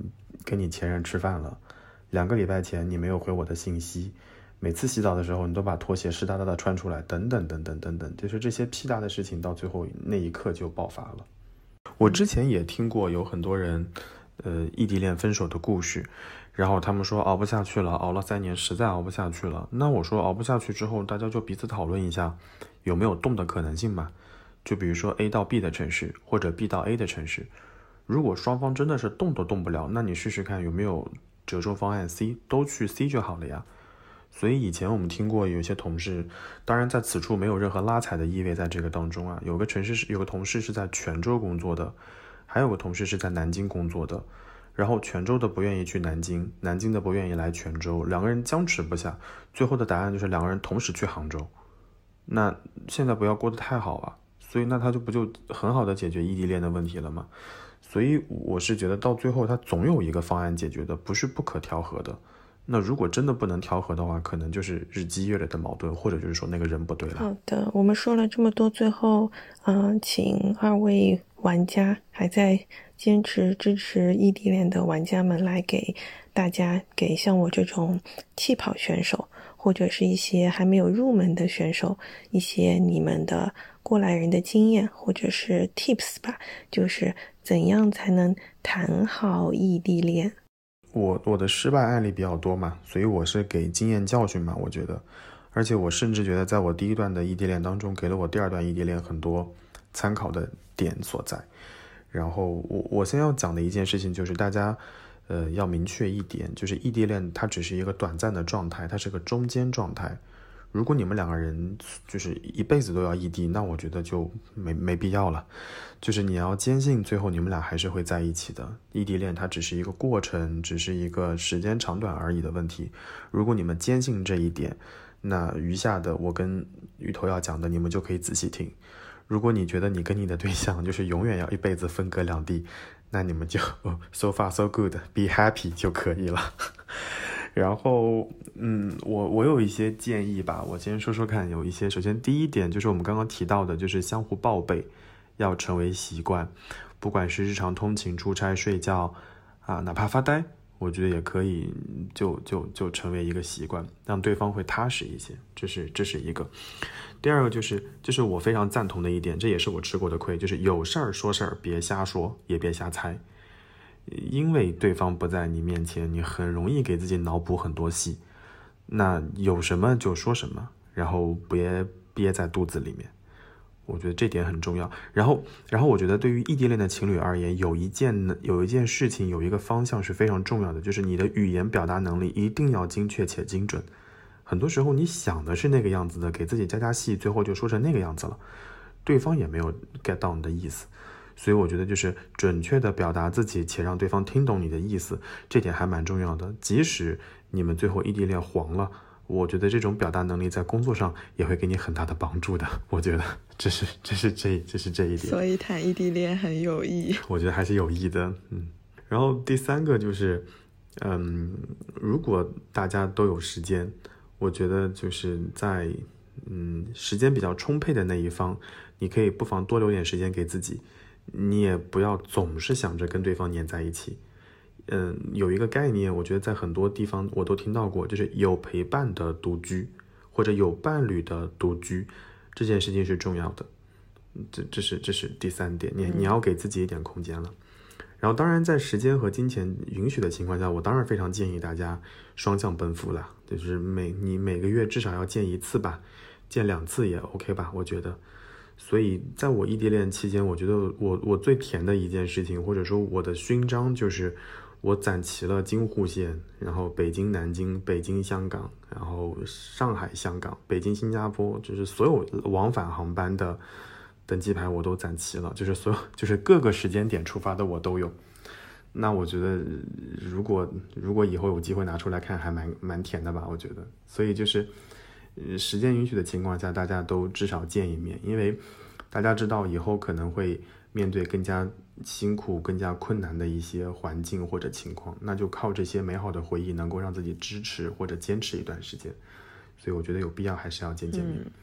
跟你前任吃饭了，2个礼拜前你没有回我的信息，每次洗澡的时候你都把拖鞋湿哒哒的穿出来，等等等等等等，就是这些屁大的事情到最后那一刻就爆发了。我之前也听过有很多人异地恋分手的故事，然后他们说熬不下去了，熬了3年实在熬不下去了。那我说熬不下去之后，大家就彼此讨论一下有没有动的可能性嘛，就比如说 A 到 B 的城市，或者 B 到 A 的城市，如果双方真的是动都动不了，那你试试看有没有折中方案 C， 都去 C 就好了呀。所以以前我们听过有一些同事，当然在此处没有任何拉踩的意味在这个当中啊，有个同事是在泉州工作的，还有个同事是在南京工作的，然后泉州的不愿意去南京，南京的不愿意来泉州，两个人僵持不下，最后的答案就是两个人同时去杭州。那现在不要过得太好啊，所以那他不就很好的解决异地恋的问题了吗？所以我是觉得到最后他总有一个方案解决的，不是不可调和的。那如果真的不能调和的话，可能就是日积月累的矛盾，或者就是说那个人不对了。 好的，我们说了这么多，最后请2位玩家还在坚持支持异地恋的玩家们来给大家，给像我这种气跑选手或者是一些还没有入门的选手一些你们的过来人的经验或者是 tips 吧，就是怎样才能谈好异地恋。 我的失败案例比较多嘛，所以我是给经验教训嘛，我觉得，而且我甚至觉得在我第一段的异地恋当中，给了我第2段异地恋很多参考的点所在。然后我先要讲的一件事情就是大家要明确一点，就是异地恋它只是一个短暂的状态，它是个中间状态。如果你们2个人就是一辈子都要异地，那我觉得就没必要了。就是你要坚信最后你们俩还是会在一起的，异地恋它只是一个过程，只是一个时间长短而已的问题。如果你们坚信这一点，那余下的我跟鱼头要讲的你们就可以仔细听。如果你觉得你跟你的对象就是永远要一辈子分隔两地，那你们就so far so good be happy 就可以了。然后我有一些建议吧，我先说说看。有一些，首先第一点就是我们刚刚提到的，就是相互报备要成为习惯，不管是日常通勤、出差、睡觉啊，哪怕发呆，我觉得也可以就成为一个习惯，让对方会踏实一些。这是一个。第二个就是我非常赞同的一点，这也是我吃过的亏，就是有事儿说事儿，别瞎说，也别瞎猜。因为对方不在你面前，你很容易给自己脑补很多戏，那有什么就说什么，然后别憋在肚子里面，我觉得这点很重要。然后我觉得对于异地恋的情侣而言，有一件事情，有一个方向是非常重要的，就是你的语言表达能力一定要精确且精准。很多时候你想的是那个样子的，给自己加戏，最后就说成那个样子了，对方也没有 get 到你的意思。所以我觉得就是准确的表达自己，且让对方听懂你的意思，这点还蛮重要的。即使你们最后异地恋黄了，我觉得这种表达能力在工作上也会给你很大的帮助的。我觉得这是这一点。 所以谈异地恋很有益， 我觉得还是有益的。然后第3个就是如果大家都有时间，我觉得就是在时间比较充沛的那一方，你可以不妨多留点时间给自己，你也不要总是想着跟对方黏在一起。有一个概念，我觉得在很多地方我都听到过，就是有陪伴的独居，或者有伴侣的独居，这件事情是重要的。这是第3点，你要给自己一点空间了。然后当然在时间和金钱允许的情况下，我当然非常建议大家双向奔赴了，就是你每个月至少要见1次吧，见2次也 OK 吧，我觉得。所以在我异地恋期间，我觉得我最甜的一件事情，或者说我的勋章，就是我攒齐了京沪线，然后北京南京、北京香港，然后上海香港、北京新加坡，就是所有往返航班的登机牌我都攒齐了，就是各个时间点出发的我都有。那我觉得如果以后有机会拿出来看，还蛮甜的吧，我觉得。所以就是时间允许的情况下，大家都至少见一面，因为大家知道以后可能会面对更加辛苦、更加困难的一些环境或者情况，那就靠这些美好的回忆能够让自己支持或者坚持一段时间。所以我觉得有必要还是要见面。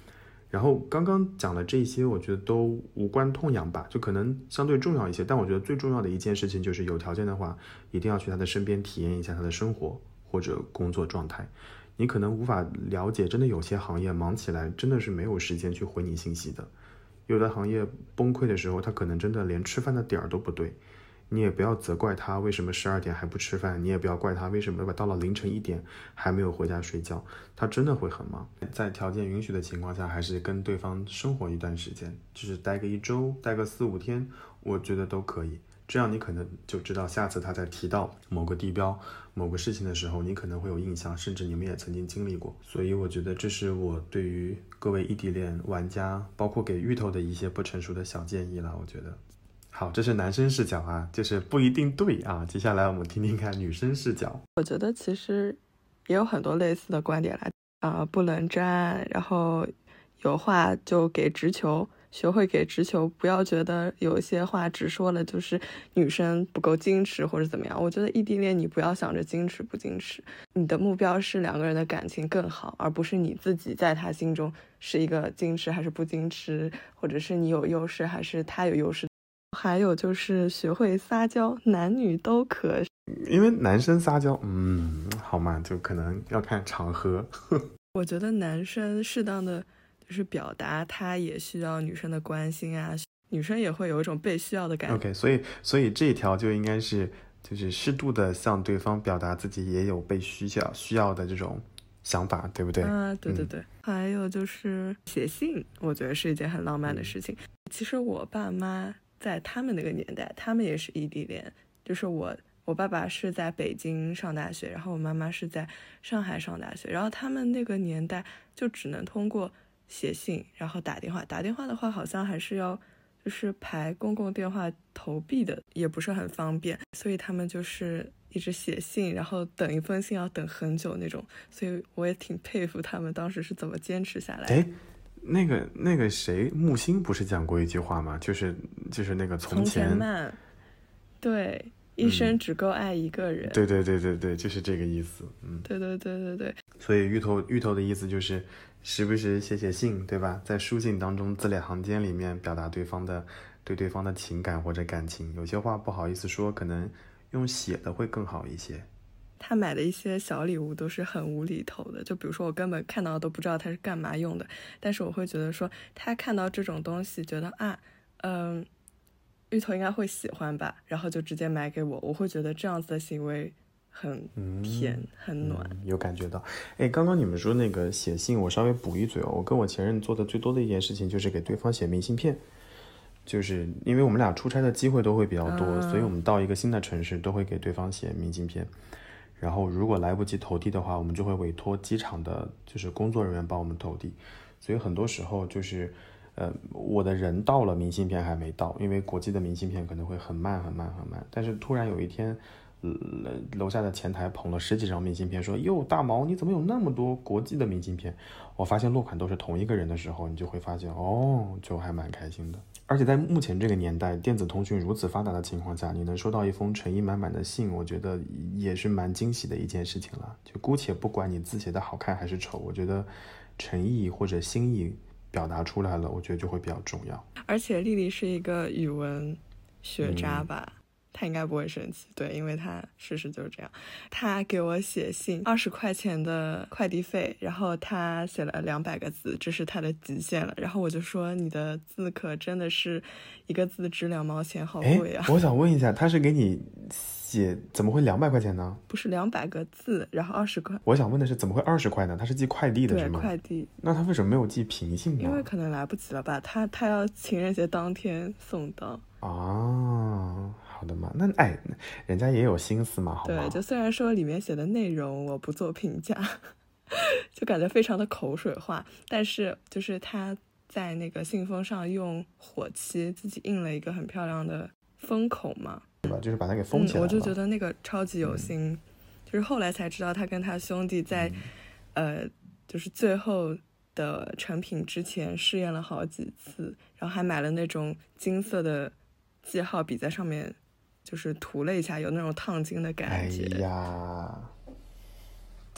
然后刚刚讲的这些，我觉得都无关痛痒吧，就可能相对重要一些。但我觉得最重要的一件事情就是，有条件的话，一定要去他的身边体验一下他的生活或者工作状态。你可能无法了解，真的有些行业忙起来真的是没有时间去回你信息的。有的行业崩溃的时候，他可能真的连吃饭的点儿都不对。你也不要责怪他为什么12点还不吃饭，你也不要怪他为什么到了凌晨1点还没有回家睡觉，他真的会很忙。在条件允许的情况下，还是跟对方生活一段时间，就是待个1周，待个4、5天，我觉得都可以。这样你可能就知道下次他在提到某个地标、某个事情的时候，你可能会有印象，甚至你们也曾经经历过。所以我觉得这是我对于各位异地恋玩家，包括给芋头的一些不成熟的小建议了，我觉得。好，这是男生视角啊，就是不一定对啊。接下来我们听听看女生视角。 我觉得其实也有很多类似的观点啦，不冷战，然后有话就给直球，学会给直球，不要觉得有一些话直说了就是女生不够矜持或者怎么样。我觉得异地恋你不要想着矜持不矜持，你的目标是两个人的感情更好，而不是你自己在他心中是一个矜持还是不矜持，或者是你有优势还是他有优势。还有就是学会撒娇，男女都可。 因为男生撒娇，好嘛，就可能要看场合。 我觉得男生适当的就是表达，他也需要女生的关心啊，女生也会有一种被需要的感觉。 OK， 所以这一条就应该是就是适度的向对方表达自己也有被需要的这种想法，对不对？ 对对对。还有就是写信，我觉得是一件很浪漫的事情。其实我爸妈在他们那个年代，他们也是异地恋，就是我爸爸是在北京上大学，然后我妈妈是在上海上大学，然后他们那个年代就只能通过写信，然后打电话的话好像还是要就是排公共电话投币的，也不是很方便，所以他们就是一直写信，然后等一封信要等很久那种，所以我也挺佩服他们当时是怎么坚持下来的。 那个谁，木星不是讲过一句话吗？就是那个从前慢，对，一生只够爱一个人。 对，就是这个意思。 对。 所以芋头的意思就是时不时写信，对吧？在书信当中字里行间里面表达对方的情感或者感情，有些话不好意思说，可能用写的会更好一些。 他买的一些小礼物都是很无厘头的，就比如说我根本看到都不知道他是干嘛用的，但是我会觉得说他看到这种东西觉得芋头应该会喜欢吧，然后就直接买给我，我会觉得这样子的行为很甜，很暖。 有感觉到。刚刚你们说那个写信，我稍微补一嘴哦，我跟我前任做的最多的一件事情就是给对方写明信片，就是因为我们俩出差的机会都会比较多，所以我们到一个新的城市都会给对方写明信片。然后如果来不及投递的话，我们就会委托机场的就是工作人员帮我们投递。所以很多时候就是我的人到了，明信片还没到，因为国际的明信片可能会很慢。但是突然有一天楼下的前台捧了10几张明信片，说哟大毛你怎么有那么多国际的明信片，我发现落款都是同一个人的时候，你就会发现就还蛮开心的。而且在目前这个年代，电子通讯如此发达的情况下，你能收到一封诚意满满的信，我觉得也是蛮惊喜的一件事情了。就姑且不管你字写的好看还是丑，我觉得诚意或者心意表达出来了，我觉得就会比较重要。 而且丽丽是一个语文学渣吧，他应该不会生气，对，因为他事实就是这样。他给我写信，20块钱的快递费，然后他写了200个字，这是他的极限了。然后我就说你的字可真的是一个字值2毛钱，好贵啊！ 我想问一下，他是给你写，怎么会200块钱呢？ 不是200个字，然后20块。 我想问的是，怎么会20块呢？他是寄快递的是吗？ 对，快递。 那他为什么没有寄平信呢？ 因为可能来不及了吧，他要情人节当天送到。 好的嘛，那人家也有心思嘛，好吗？ 对，就虽然说里面写的内容我不做评价，就感觉非常的口水话，但是就是他在那个信封上用火漆自己印了一个很漂亮的封口嘛， 对吧？就是把它给封起来了。 我就觉得那个超级有心，就是后来才知道他跟他兄弟在就是最后的成品之前试验了好几次，然后还买了那种金色的记号笔在上面就是涂了一下，有那种烫金的感觉。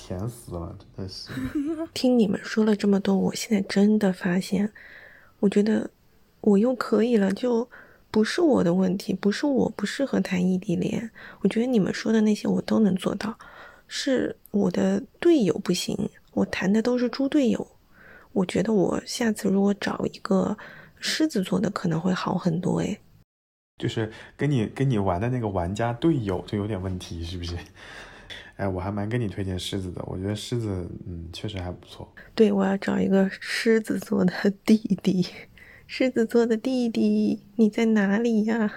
甜死了，真的是。 听你们说了这么多，我现在真的发现，我觉得我又可以了，就不是我的问题，不是我不适合谈异地恋。我觉得你们说的那些我都能做到，是我的队友不行，我谈的都是猪队友。我觉得我下次如果找一个狮子座的可能会好很多诶。 就是跟你玩的那个玩家队友就有点问题，是不是？哎，我还蛮跟你推荐狮子的，我觉得狮子确实还不错。 对，我要找一个狮子座的弟弟。狮子座的弟弟，你在哪里呀？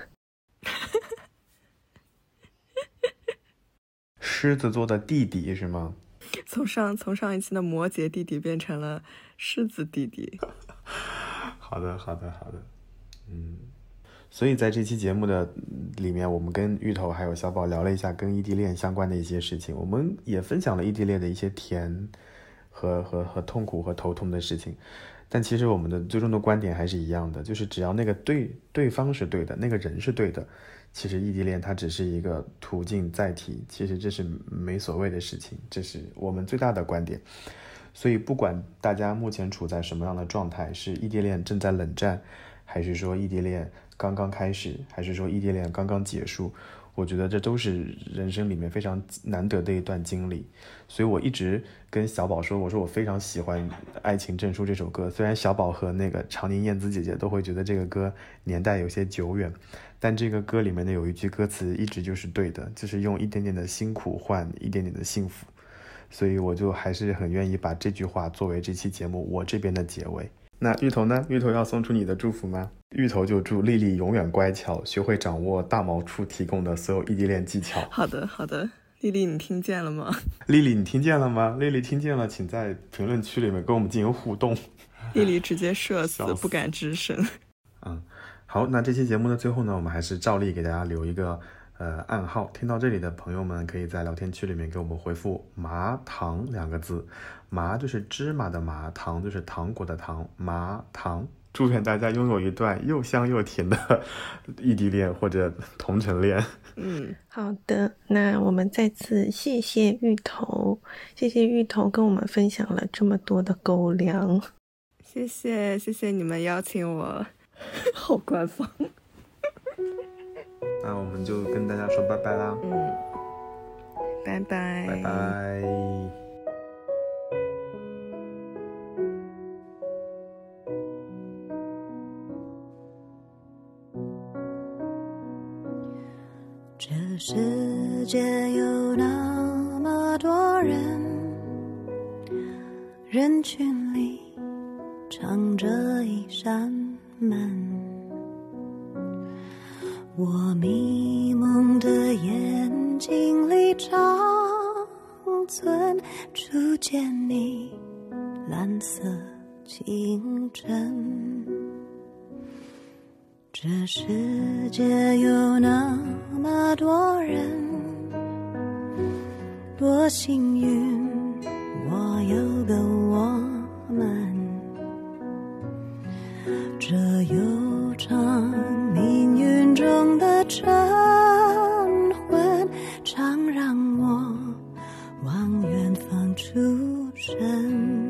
狮子座的弟弟是吗？ 从上一期的摩羯弟弟变成了狮子弟弟。 好的。所以在这期节目的里面，我们跟芋头还有小宝聊了一下跟异地恋相关的一些事情，我们也分享了异地恋的一些甜和痛苦和头痛的事情。但其实我们的最终的观点还是一样的，就是只要那个对方是对的，那个人是对的，其实异地恋它只是一个途径载体，其实这是没所谓的事情，这是我们最大的观点。所以不管大家目前处在什么样的状态，是异地恋正在冷战，还是说异地恋刚刚开始，还是说异地恋刚刚结束，我觉得这都是人生里面非常难得的一段经历。所以我一直跟小宝说，我说我非常喜欢《爱情证书》这首歌，虽然小宝和那个长宁燕子姐姐都会觉得这个歌年代有些久远，但这个歌里面的有一句歌词一直就是对的，就是用一点点的辛苦换一点点的幸福。所以我就还是很愿意把这句话作为这期节目我这边的结尾。那芋头呢？芋头要送出你的祝福吗？芋头就祝丽丽永远乖巧，学会掌握大毛处提供的所有异地恋技巧。 好的，丽丽你听见了吗？ 丽丽你听见了吗？丽丽听见了，请在评论区里面跟我们进行互动。 丽丽直接社死，不敢吱声。 好，那这期节目的最后呢，我们还是照例给大家留一个暗号，听到这里的朋友们可以在聊天区里面给我们回复麻糖2个字，麻就是芝麻的麻，糖就是糖果的糖，麻糖。祝愿大家拥有一段又香又甜的异地恋或者同城恋。 好的，那我们再次谢谢芋头，谢谢芋头跟我们分享了这么多的狗粮。 谢谢你们邀请我，好官方。 那我们就跟大家说拜拜啦。 拜拜。 拜拜。 这世界有那么多人，人群里藏着一扇门，我迷蒙的眼睛里长存初见你蓝色清晨。这世界有那么多人，多幸运我有个我们，这悠长命运中的晨昏，常让我往远方出神。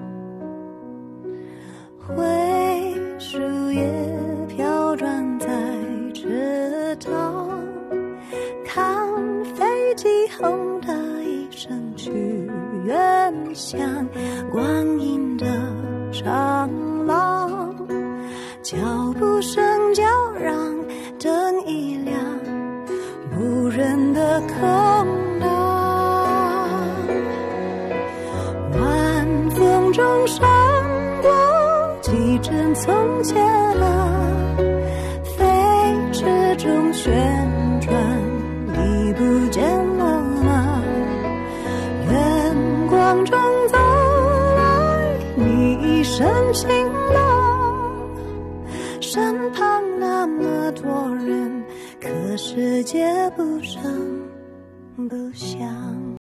灰树叶飘转在池塘，看飞机后的一声去远乡，光阴的长廊，脚步声叫嚷，灯一亮，无人的空荡，晚风中闪过几帧从前的飞驰中旋转，已不见了吗？远光中走来你一身晴朗，身旁那么多人，可世界不声不响。